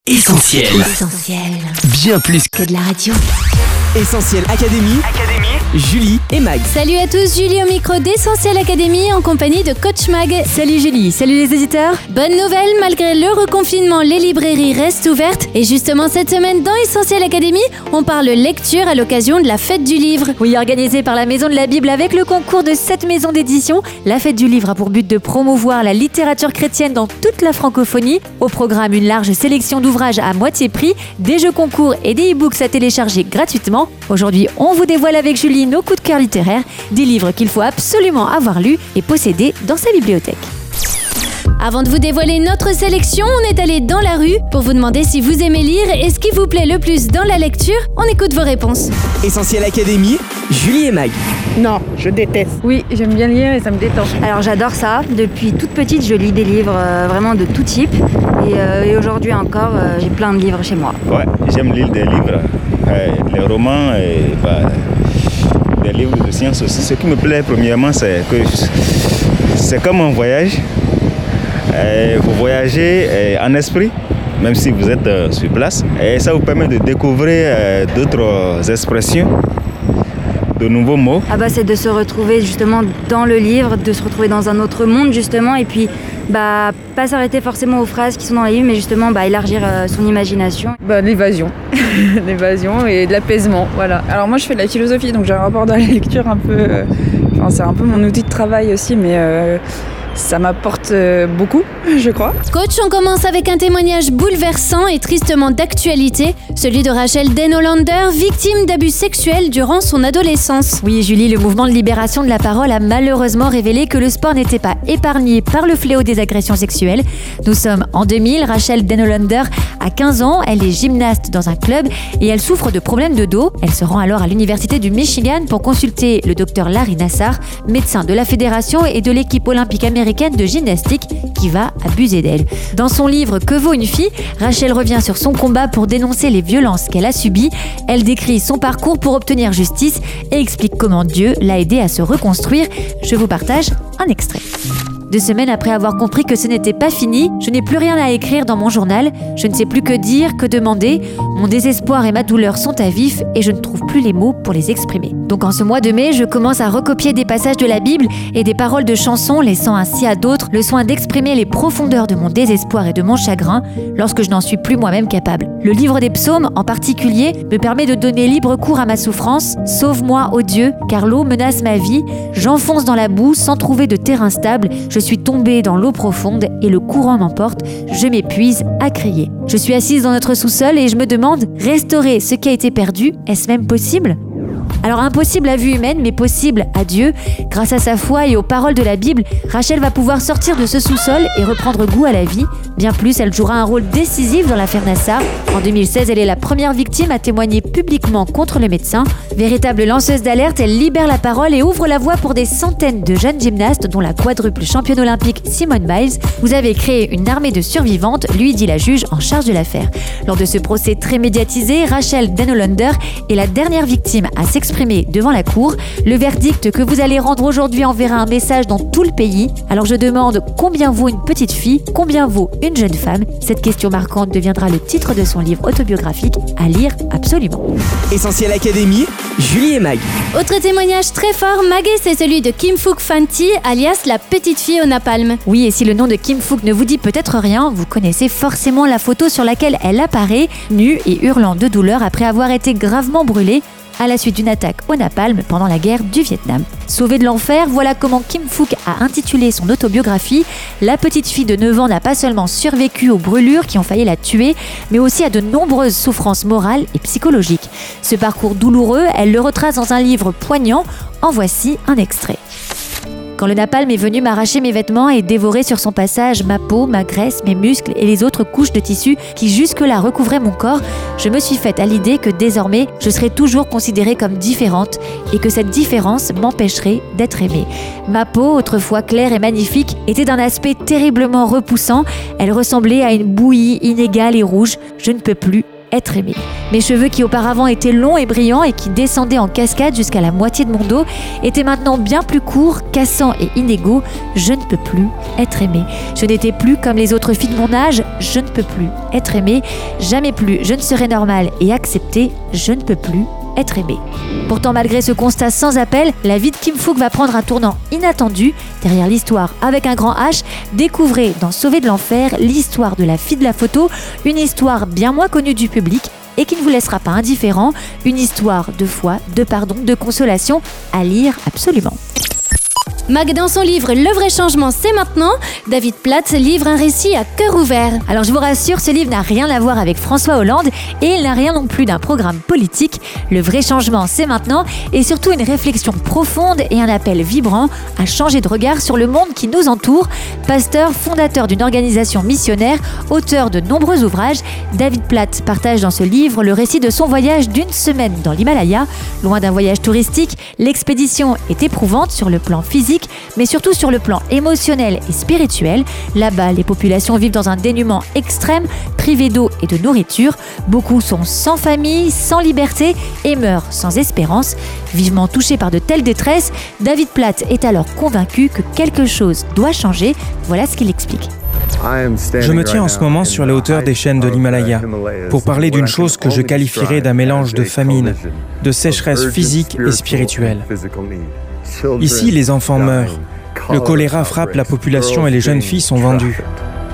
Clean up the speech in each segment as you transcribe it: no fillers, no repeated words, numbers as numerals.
Essentiel. Bien plus que de la radio. Essentiel Académie. Julie et Mag. Salut à tous, Julie au micro d'Essentiel Académie en compagnie de Coach Mag. Salut Julie, salut les éditeurs. Bonne nouvelle, malgré le reconfinement, les librairies restent ouvertes. Et justement cette semaine dans Essentiel Académie, on parle lecture à l'occasion de la fête du livre. Oui, organisée par la Maison de la Bible avec le concours de 7 maisons d'édition, la fête du livre a pour but de promouvoir la littérature chrétienne dans toute la francophonie. Au programme, une large sélection d'ouvrages à moitié prix, des jeux concours et des e-books à télécharger gratuitement. Aujourd'hui, on vous dévoile avec Julie nos coups de cœur littéraires, des livres qu'il faut absolument avoir lus et posséder dans sa bibliothèque. Avant de vous dévoiler notre sélection, on est allé dans la rue pour vous demander si vous aimez lire et ce qui vous plaît le plus dans la lecture. On écoute vos réponses. Essentiel Académie, Julie et Mag. Non, je déteste. Oui, j'aime bien lire et ça me détend. Alors j'adore ça. Depuis toute petite, je lis des livres vraiment de tout type. Et aujourd'hui encore, j'ai plein de livres chez moi. Ouais, j'aime lire des livres, les romans et des livres de science aussi. Ce qui me plaît premièrement, c'est que c'est comme un voyage. Vous voyagez en esprit, même si vous êtes sur place. Et ça vous permet de découvrir d'autres expressions, de nouveaux mots. C'est de se retrouver justement dans le livre, de se retrouver dans un autre monde justement. Et puis pas s'arrêter forcément aux phrases qui sont dans les livres, mais justement élargir son imagination. L'évasion. L'évasion et de l'apaisement, voilà. Alors moi je fais de la philosophie, donc j'ai un rapport dans la lecture un peu... c'est un peu mon outil de travail aussi, mais... ça m'apporte beaucoup, je crois. Coach, on commence avec un témoignage bouleversant et tristement d'actualité, celui de Rachel Den-Hollander, victime d'abus sexuels durant son adolescence. Oui, Julie, le mouvement de libération de la parole a malheureusement révélé que le sport n'était pas épargné par le fléau des agressions sexuelles. Nous sommes en 2000, Rachel Den-Hollander a 15 ans, elle est gymnaste dans un club et elle souffre de problèmes de dos. Elle se rend alors à l'université du Michigan pour consulter le docteur Larry Nassar, médecin de la fédération et de l'équipe olympique américaine de gymnastique qui va abuser d'elle. Dans son livre Que vaut une fille, Rachel revient sur son combat pour dénoncer les violences qu'elle a subies. Elle décrit son parcours pour obtenir justice et explique comment Dieu l'a aidée à se reconstruire. Je vous partage un extrait. 2 semaines après avoir compris que ce n'était pas fini, je n'ai plus rien à écrire dans mon journal. Je ne sais plus que dire, que demander. Mon désespoir et ma douleur sont à vif et je ne trouve plus les mots pour les exprimer. Donc en ce mois de mai, je commence à recopier des passages de la Bible et des paroles de chansons, laissant ainsi à d'autres le soin d'exprimer les profondeurs de mon désespoir et de mon chagrin lorsque je n'en suis plus moi-même capable. Le livre des psaumes, en particulier, me permet de donner libre cours à ma souffrance. Sauve-moi, ô Dieu, car l'eau menace ma vie. J'enfonce dans la boue sans trouver de terrain stable. Je suis tombée dans l'eau profonde et le courant m'emporte. Je m'épuise à crier. Je suis assise dans notre sous-sol et je me demande, restaurer ce qui a été perdu, est-ce même possible ? Alors impossible à vue humaine, mais possible à Dieu. Grâce à sa foi et aux paroles de la Bible, Rachel va pouvoir sortir de ce sous-sol et reprendre goût à la vie. Bien plus, elle jouera un rôle décisif dans l'affaire Nassar. En 2016, elle est la première victime à témoigner publiquement contre le médecin. Véritable lanceuse d'alerte, elle libère la parole et ouvre la voie pour des centaines de jeunes gymnastes, dont la quadruple championne olympique Simone Biles. Vous avez créé une armée de survivantes, lui dit la juge en charge de l'affaire. Lors de ce procès très médiatisé, Rachel Den-Hollander est la dernière victime à s'exprimer devant la cour. Le verdict que vous allez rendre aujourd'hui enverra un message dans tout le pays. Alors je demande, combien vaut une petite fille ? Combien vaut une jeune femme ? Cette question marquante deviendra le titre de son livre autobiographique à lire absolument. Essentiel Académie, Julie et Mag. Autre témoignage très fort, Mag, c'est celui de Kim Phuc Phanty, alias la petite fille au napalm. Oui, et si le nom de Kim Phuc ne vous dit peut-être rien, vous connaissez forcément la photo sur laquelle elle apparaît, nue et hurlant de douleur après avoir été gravement brûlée à la suite d'une attaque au napalm pendant la guerre du Vietnam. Sauvée de l'enfer, voilà comment Kim Phuc a intitulé son autobiographie. La petite fille de 9 ans n'a pas seulement survécu aux brûlures qui ont failli la tuer, mais aussi à de nombreuses souffrances morales et psychologiques. Ce parcours douloureux, elle le retrace dans un livre poignant. En voici un extrait. Quand le napalm est venu m'arracher mes vêtements et dévorer sur son passage ma peau, ma graisse, mes muscles et les autres couches de tissu qui jusque-là recouvraient mon corps, je me suis faite à l'idée que désormais, je serais toujours considérée comme différente et que cette différence m'empêcherait d'être aimée. Ma peau, autrefois claire et magnifique, était d'un aspect terriblement repoussant. Elle ressemblait à une bouillie inégale et rouge. Je ne peux plus être aimé. Mes cheveux qui auparavant étaient longs et brillants et qui descendaient en cascade jusqu'à la moitié de mon dos étaient maintenant bien plus courts, cassants et inégaux. Je ne peux plus être aimé. Je n'étais plus comme les autres filles de mon âge. Je ne peux plus être aimé. Jamais plus je ne serai normale et acceptée. Je ne peux plus être aimé. Pourtant, malgré ce constat sans appel, la vie de Kim Phuc va prendre un tournant inattendu. Derrière l'histoire avec un grand H, découvrez dans Sauver de l'enfer l'histoire de la fille de la photo, une histoire bien moins connue du public et qui ne vous laissera pas indifférent, une histoire de foi, de pardon, de consolation à lire absolument. Mag, dans son livre Le vrai changement, c'est maintenant, David Platt livre un récit à cœur ouvert. Alors je vous rassure, ce livre n'a rien à voir avec François Hollande et il n'a rien non plus d'un programme politique. Le vrai changement, c'est maintenant et surtout une réflexion profonde et un appel vibrant à changer de regard sur le monde qui nous entoure. Pasteur, fondateur d'une organisation missionnaire, auteur de nombreux ouvrages, David Platt partage dans ce livre le récit de son voyage d'une semaine dans l'Himalaya. Loin d'un voyage touristique, l'expédition est éprouvante sur le plan physique, mais surtout sur le plan émotionnel et spirituel. Là-bas, les populations vivent dans un dénuement extrême, privées d'eau et de nourriture. Beaucoup sont sans famille, sans liberté et meurent sans espérance. Vivement touché par de telles détresses, David Platt est alors convaincu que quelque chose doit changer. Voilà ce qu'il explique. Je me tiens en ce moment sur les hauteurs des chaînes de l'Himalaya pour parler d'une chose que je qualifierais d'un mélange de famine, de sécheresse physique et spirituelle. Ici, les enfants meurent. Le choléra frappe la population et les jeunes filles sont vendues.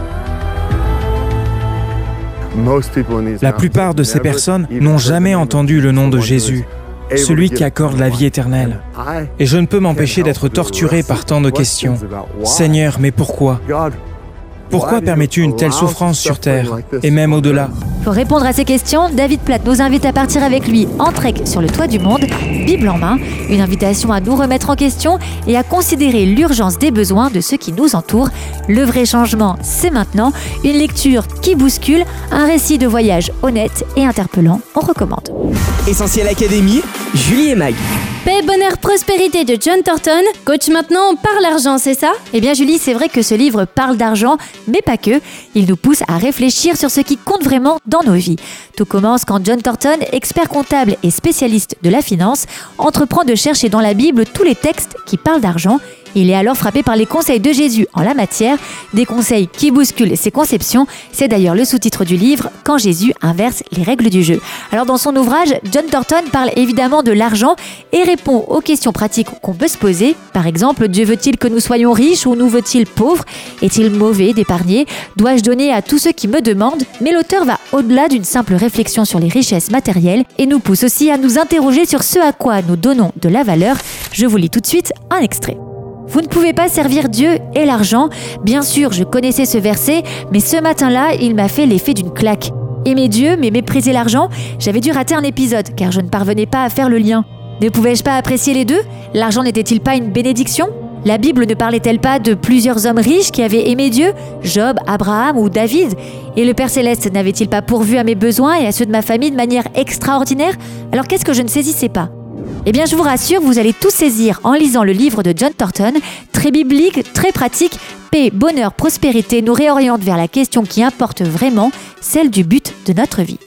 La plupart de ces personnes n'ont jamais entendu le nom de Jésus, celui qui accorde la vie éternelle. Et je ne peux m'empêcher d'être torturé par tant de questions. Seigneur, mais pourquoi ? Pourquoi permets-tu une telle souffrance sur Terre, et même au-delà ? Pour répondre à ces questions, David Platt nous invite à partir avec lui en trek sur le toit du monde, Bible en main, une invitation à nous remettre en question et à considérer l'urgence des besoins de ceux qui nous entourent. Le vrai changement, c'est maintenant, une lecture qui bouscule, un récit de voyage honnête et interpellant, on recommande. Essentiel Académie, Julie et Mag. Paix, bonheur, prospérité de John Thornton. Coach, maintenant on parle argent, c'est ça ? Eh bien Julie, c'est vrai que ce livre parle d'argent, mais pas que. Il nous pousse à réfléchir sur ce qui compte vraiment dans nos vies. Tout commence quand John Thornton, expert comptable et spécialiste de la finance, entreprend de chercher dans la Bible tous les textes qui parlent d'argent. Il est alors frappé par les conseils de Jésus en la matière, des conseils qui bousculent ses conceptions. C'est d'ailleurs le sous-titre du livre « Quand Jésus inverse les règles du jeu ». Alors dans son ouvrage, John Thornton parle évidemment de l'argent et répond aux questions pratiques qu'on peut se poser. Par exemple, Dieu veut-il que nous soyons riches ou nous veut-il pauvres ? Est-il mauvais d'épargner ? Dois-je donner à tous ceux qui me demandent ? Mais l'auteur va au-delà d'une simple réflexion sur les richesses matérielles et nous pousse aussi à nous interroger sur ce à quoi nous donnons de la valeur. Je vous lis tout de suite un extrait. Vous ne pouvez pas servir Dieu et l'argent. Bien sûr, je connaissais ce verset, mais ce matin-là, il m'a fait l'effet d'une claque. Aimer Dieu, mais mépriser l'argent ? J'avais dû rater un épisode, car je ne parvenais pas à faire le lien. Ne pouvais-je pas apprécier les deux ? L'argent n'était-il pas une bénédiction ? La Bible ne parlait-elle pas de plusieurs hommes riches qui avaient aimé Dieu ? Job, Abraham ou David ? Et le Père Céleste n'avait-il pas pourvu à mes besoins et à ceux de ma famille de manière extraordinaire ? Alors qu'est-ce que je ne saisissais pas ? Eh bien, je vous rassure, vous allez tout saisir en lisant le livre de John Thornton, très biblique, très pratique. Paix, bonheur, prospérité nous réoriente vers la question qui importe vraiment, celle du but de notre vie.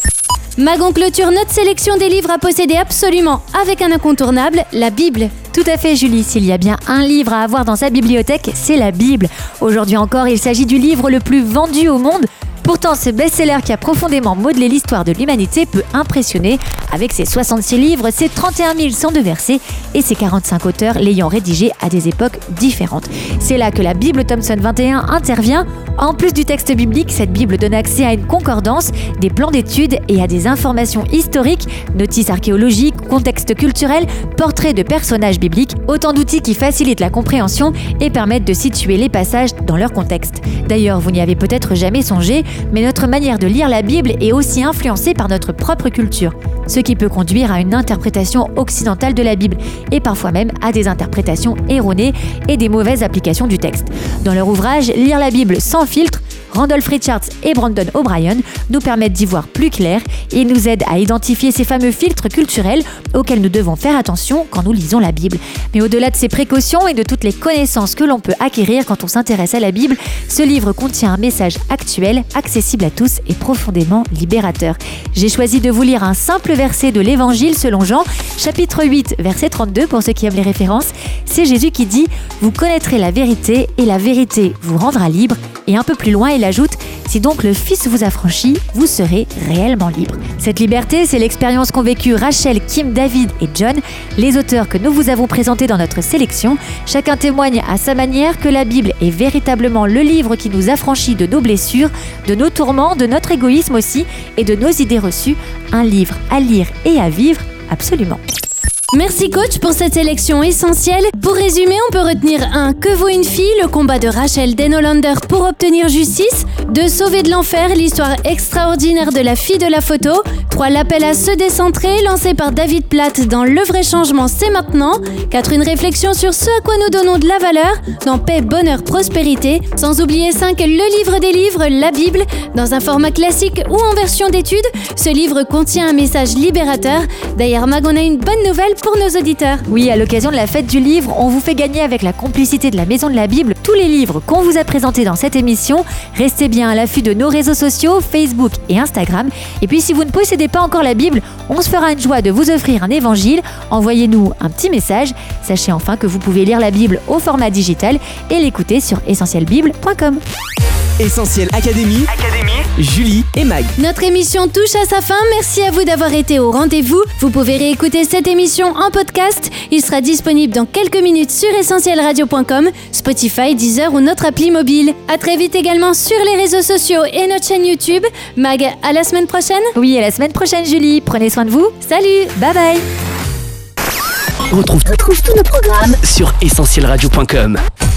Mag, on clôture notre sélection des livres à posséder absolument avec un incontournable, la Bible. Tout à fait Julie, s'il y a bien un livre à avoir dans sa bibliothèque, c'est la Bible. Aujourd'hui encore, il s'agit du livre le plus vendu au monde. Pourtant, ce best-seller qui a profondément modelé l'histoire de l'humanité peut impressionner avec ses 66 livres, ses 31 102 versets et ses 45 auteurs l'ayant rédigé à des époques différentes. C'est là que la Bible Thompson 21 intervient. En plus du texte biblique, cette Bible donne accès à une concordance, des plans d'études et à des informations historiques, notices archéologiques, contexte culturel, portraits de personnages bibliques, autant d'outils qui facilitent la compréhension et permettent de situer les passages dans leur contexte. D'ailleurs, vous n'y avez peut-être jamais songé, mais notre manière de lire la Bible est aussi influencée par notre propre culture, ce qui peut conduire à une interprétation occidentale de la Bible et parfois même à des interprétations erronées et des mauvaises applications du texte. Dans leur ouvrage « Lire la Bible sans filtre », Randolph Richards et Brandon O'Brien nous permettent d'y voir plus clair et nous aident à identifier ces fameux filtres culturels auxquels nous devons faire attention quand nous lisons la Bible. Mais au-delà de ces précautions et de toutes les connaissances que l'on peut acquérir quand on s'intéresse à la Bible, ce livre contient un message actuel, accessible à tous et profondément libérateur. J'ai choisi de vous lire un simple verset de l'Évangile selon Jean, chapitre 8, verset 32 pour ceux qui aiment les références. C'est Jésus qui dit « Vous connaîtrez la vérité et la vérité vous rendra libre ». Et un peu plus loin, il ajoute « Si donc le Fils vous affranchit, vous serez réellement libre ». Cette liberté, c'est l'expérience qu'ont vécue Rachel, Kim, David et John, les auteurs que nous vous avons présentés dans notre sélection. Chacun témoigne à sa manière que la Bible est véritablement le livre qui nous affranchit de nos blessures, de nos tourments, de notre égoïsme aussi et de nos idées reçues. Un livre à lire et à vivre, absolument. Merci coach pour cette sélection essentielle. Pour résumer, on peut retenir 1. Que vaut une fille? Le combat de Rachel Denolander pour obtenir justice. 2. Sauver de l'enfer, l'histoire extraordinaire de la fille de la photo. 3. L'appel à se décentrer, lancé par David Platt dans Le vrai changement, c'est maintenant. 4. Une réflexion sur ce à quoi nous donnons de la valeur dans Paix, bonheur, prospérité. Sans oublier 5. Le livre des livres, la Bible, dans un format classique ou en version d'étude. Ce livre contient un message libérateur. D'ailleurs, Mag, on a une bonne nouvelle pour nos auditeurs. Oui, à l'occasion de la fête du livre, on vous fait gagner avec la complicité de la Maison de la Bible tous les livres qu'on vous a présentés dans cette émission. Restez bien à l'affût de nos réseaux sociaux, Facebook et Instagram. Et puis si vous ne possédez pas encore la Bible, on se fera une joie de vous offrir un évangile. Envoyez-nous un petit message. Sachez enfin que vous pouvez lire la Bible au format digital et l'écouter sur essentielbible.com. Essentiel Académie, Julie et Mag. Notre émission touche à sa fin. Merci à vous d'avoir été au rendez-vous. Vous pouvez réécouter cette émission en podcast. Il sera disponible dans quelques minutes sur essentielradio.com, Spotify, Deezer ou notre appli mobile. À très vite également sur les réseaux sociaux et notre chaîne YouTube. Mag, à la semaine prochaine. Oui, à la semaine prochaine Julie. Prenez soin de vous. Salut. Bye bye. Retrouve tous nos programmes sur essentielradio.com.